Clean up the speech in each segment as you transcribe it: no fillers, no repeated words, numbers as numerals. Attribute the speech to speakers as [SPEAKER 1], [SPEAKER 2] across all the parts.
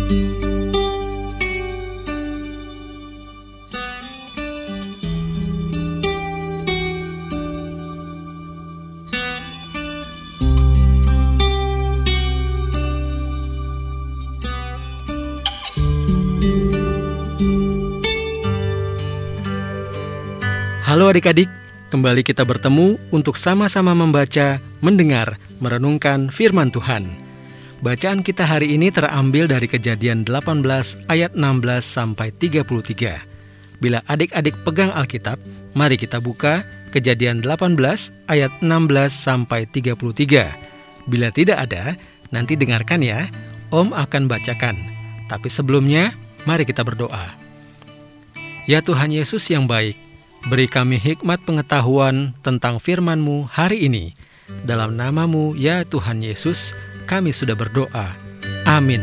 [SPEAKER 1] Halo adik-adik, kembali kita bertemu untuk sama-sama membaca, mendengar, merenungkan firman Tuhan. Bacaan kita hari ini terambil dari Kejadian 18 ayat 16 sampai 33. Bila adik-adik pegang Alkitab, mari kita buka Kejadian 18 ayat 16 sampai 33. Bila tidak ada, nanti dengarkan ya, Om akan bacakan. Tapi sebelumnya, mari kita berdoa. Ya Tuhan Yesus yang baik, beri kami hikmat pengetahuan tentang firman-Mu hari ini. Dalam nama-Mu, ya Tuhan Yesus, kami sudah berdoa. Amin.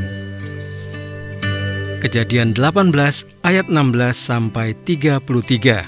[SPEAKER 1] Kejadian 18 ayat 16 sampai 33.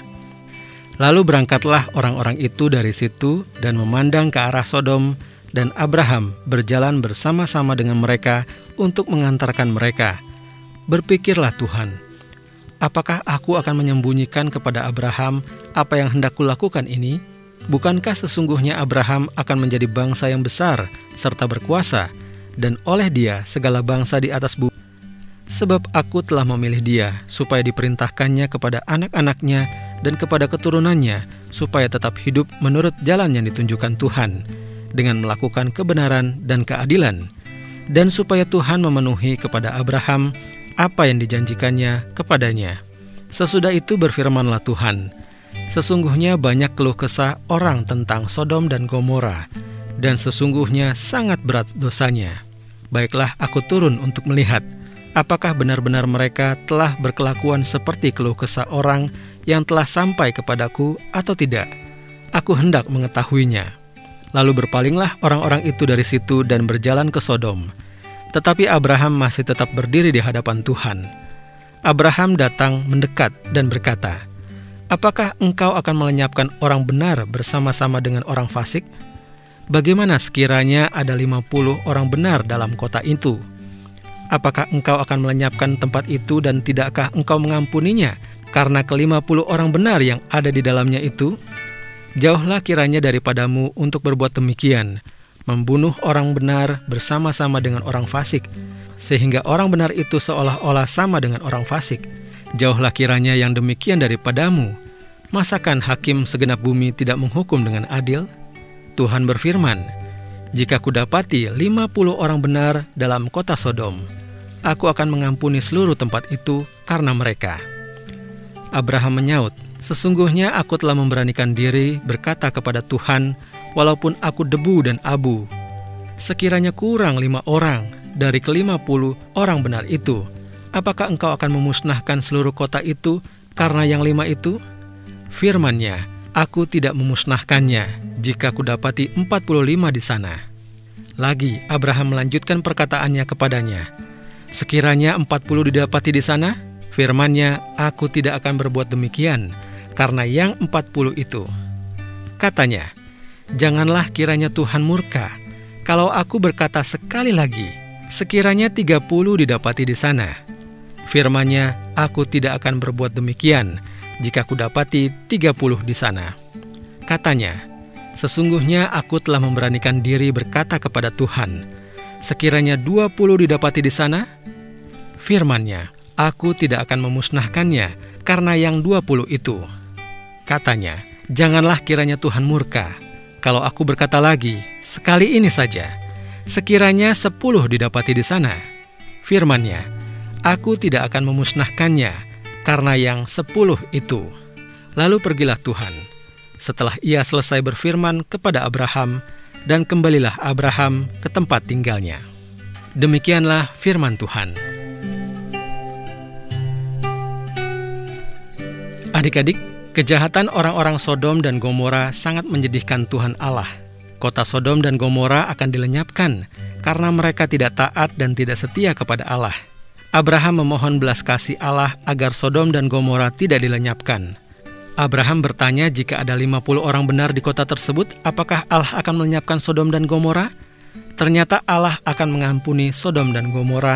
[SPEAKER 1] Lalu berangkatlah orang-orang itu dari situ dan memandang ke arah Sodom, dan Abraham berjalan bersama-sama dengan mereka untuk mengantarkan mereka. Berpikirlah Tuhan, apakah aku akan menyembunyikan kepada Abraham apa yang hendak kulakukan ini? Bukankah sesungguhnya Abraham akan menjadi bangsa yang besar serta berkuasa, dan oleh dia segala bangsa di atas bumi? Sebab aku telah memilih dia supaya diperintahkannya kepada anak-anaknya dan kepada keturunannya, supaya tetap hidup menurut jalan yang ditunjukkan Tuhan, dengan melakukan kebenaran dan keadilan, dan supaya Tuhan memenuhi kepada Abraham apa yang dijanjikannya kepadanya. Sesudah itu berfirmanlah Tuhan, sesungguhnya banyak keluh kesah orang tentang Sodom dan Gomora, dan sesungguhnya sangat berat dosanya. Baiklah, aku turun untuk melihat, apakah benar-benar mereka telah berkelakuan seperti keluh kesah orang yang telah sampai kepadaku atau tidak. Aku hendak mengetahuinya. Lalu berpalinglah orang-orang itu dari situ dan berjalan ke Sodom. Tetapi Abraham masih tetap berdiri di hadapan Tuhan. Abraham datang mendekat dan berkata, apakah engkau akan melenyapkan orang benar bersama-sama dengan orang fasik? Bagaimana sekiranya ada 50 orang benar dalam kota itu? Apakah engkau akan melenyapkan tempat itu dan tidakkah engkau mengampuninya karena ke-50 orang benar yang ada di dalamnya itu? Jauhlah kiranya daripadamu untuk berbuat demikian, membunuh orang benar bersama-sama dengan orang fasik, sehingga orang benar itu seolah-olah sama dengan orang fasik. Jauhlah kiranya yang demikian daripadamu. Masakan hakim segenap bumi tidak menghukum dengan adil? Tuhan berfirman, jika kudapati 50 orang benar dalam kota Sodom, aku akan mengampuni seluruh tempat itu karena mereka. Abraham menyaut, sesungguhnya aku telah memberanikan diri berkata kepada Tuhan, walaupun aku debu dan abu. Sekiranya kurang 5 orang dari ke-50 orang benar itu, apakah engkau akan memusnahkan seluruh kota itu karena yang 5 itu? Firman-Nya, aku tidak memusnahkannya jika kudapati 45 di sana. Lagi Abraham melanjutkan perkataannya kepadanya, sekiranya 40 didapati di sana, firman-Nya, aku tidak akan berbuat demikian karena yang 40 itu. Katanya, janganlah kiranya Tuhan murka kalau aku berkata sekali lagi, sekiranya 30 didapati di sana. Firman-Nya, aku tidak akan berbuat demikian jika kudapati 30 di sana. Katanya, sesungguhnya aku telah memberanikan diri berkata kepada Tuhan, sekiranya 20 didapati di sana. Firman-Nya, aku tidak akan memusnahkannya karena yang 20 itu. Katanya, janganlah kiranya Tuhan murka kalau aku berkata lagi, sekali ini saja, sekiranya 10 didapati di sana. Firman-Nya, aku tidak akan memusnahkannya karena yang 10 itu. Lalu pergilah Tuhan, setelah ia selesai berfirman kepada Abraham, dan kembalilah Abraham ke tempat tinggalnya. Demikianlah firman Tuhan. Adik-adik, kejahatan orang-orang Sodom dan Gomora sangat menyedihkan Tuhan Allah. Kota Sodom dan Gomora akan dilenyapkan karena mereka tidak taat dan tidak setia kepada Allah. Abraham memohon belas kasih Allah agar Sodom dan Gomora tidak dilenyapkan. Abraham bertanya jika ada 50 orang benar di kota tersebut, apakah Allah akan melenyapkan Sodom dan Gomora? Ternyata Allah akan mengampuni Sodom dan Gomora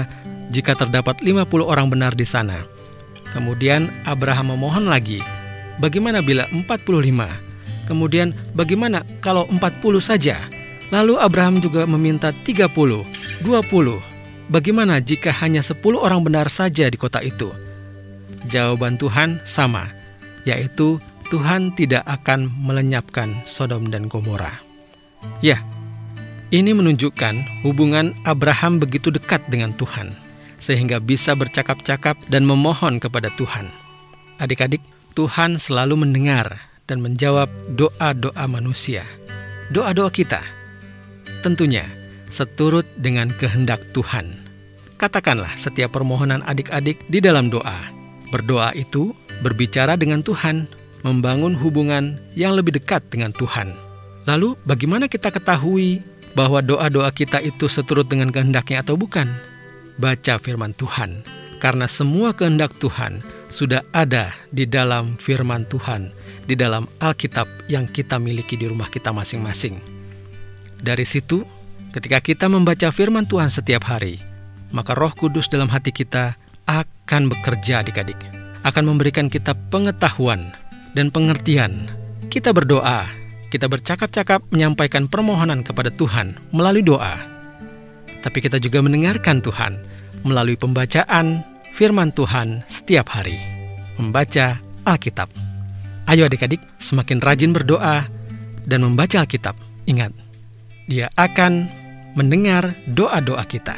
[SPEAKER 1] jika terdapat 50 orang benar di sana. Kemudian Abraham memohon lagi, bagaimana bila 45? Kemudian bagaimana kalau 40 saja? Lalu Abraham juga meminta 30, 20. Bagaimana jika hanya 10 orang benar saja di kota itu? Jawaban Tuhan sama, yaitu Tuhan tidak akan melenyapkan Sodom dan Gomora. Ya, ini menunjukkan hubungan Abraham begitu dekat dengan Tuhan, sehingga bisa bercakap-cakap dan memohon kepada Tuhan. Adik-adik, Tuhan selalu mendengar dan menjawab doa-doa manusia, doa-doa kita. Tentunya, seturut dengan kehendak Tuhan. Katakanlah setiap permohonan adik-adik di dalam doa. Berdoa itu berbicara dengan Tuhan, membangun hubungan yang lebih dekat dengan Tuhan. Lalu, bagaimana kita ketahui bahwa doa-doa kita itu seturut dengan kehendaknya atau bukan? Baca firman Tuhan, karena semua kehendak Tuhan sudah ada di dalam firman Tuhan, di dalam Alkitab yang kita miliki di rumah kita masing-masing. Dari situ, ketika kita membaca firman Tuhan setiap hari, maka Roh Kudus dalam hati kita akan bekerja adik-adik, akan memberikan kita pengetahuan dan pengertian. Kita berdoa, kita bercakap-cakap menyampaikan permohonan kepada Tuhan melalui doa. Tapi kita juga mendengarkan Tuhan melalui pembacaan firman Tuhan setiap hari, membaca Alkitab. Ayo adik-adik, semakin rajin berdoa dan membaca Alkitab. Ingat, Dia akan mendengar doa-doa kita.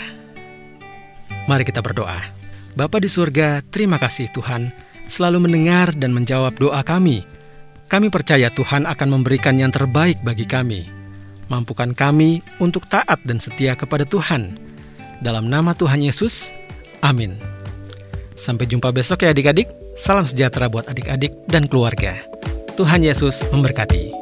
[SPEAKER 1] Mari kita berdoa. Bapa di surga, terima kasih Tuhan selalu mendengar dan menjawab doa kami. Kami percaya Tuhan akan memberikan yang terbaik bagi kami. Mampukan kami untuk taat dan setia kepada Tuhan. Dalam nama Tuhan Yesus, amin. Sampai jumpa besok ya adik-adik. Salam sejahtera buat adik-adik dan keluarga. Tuhan Yesus memberkati.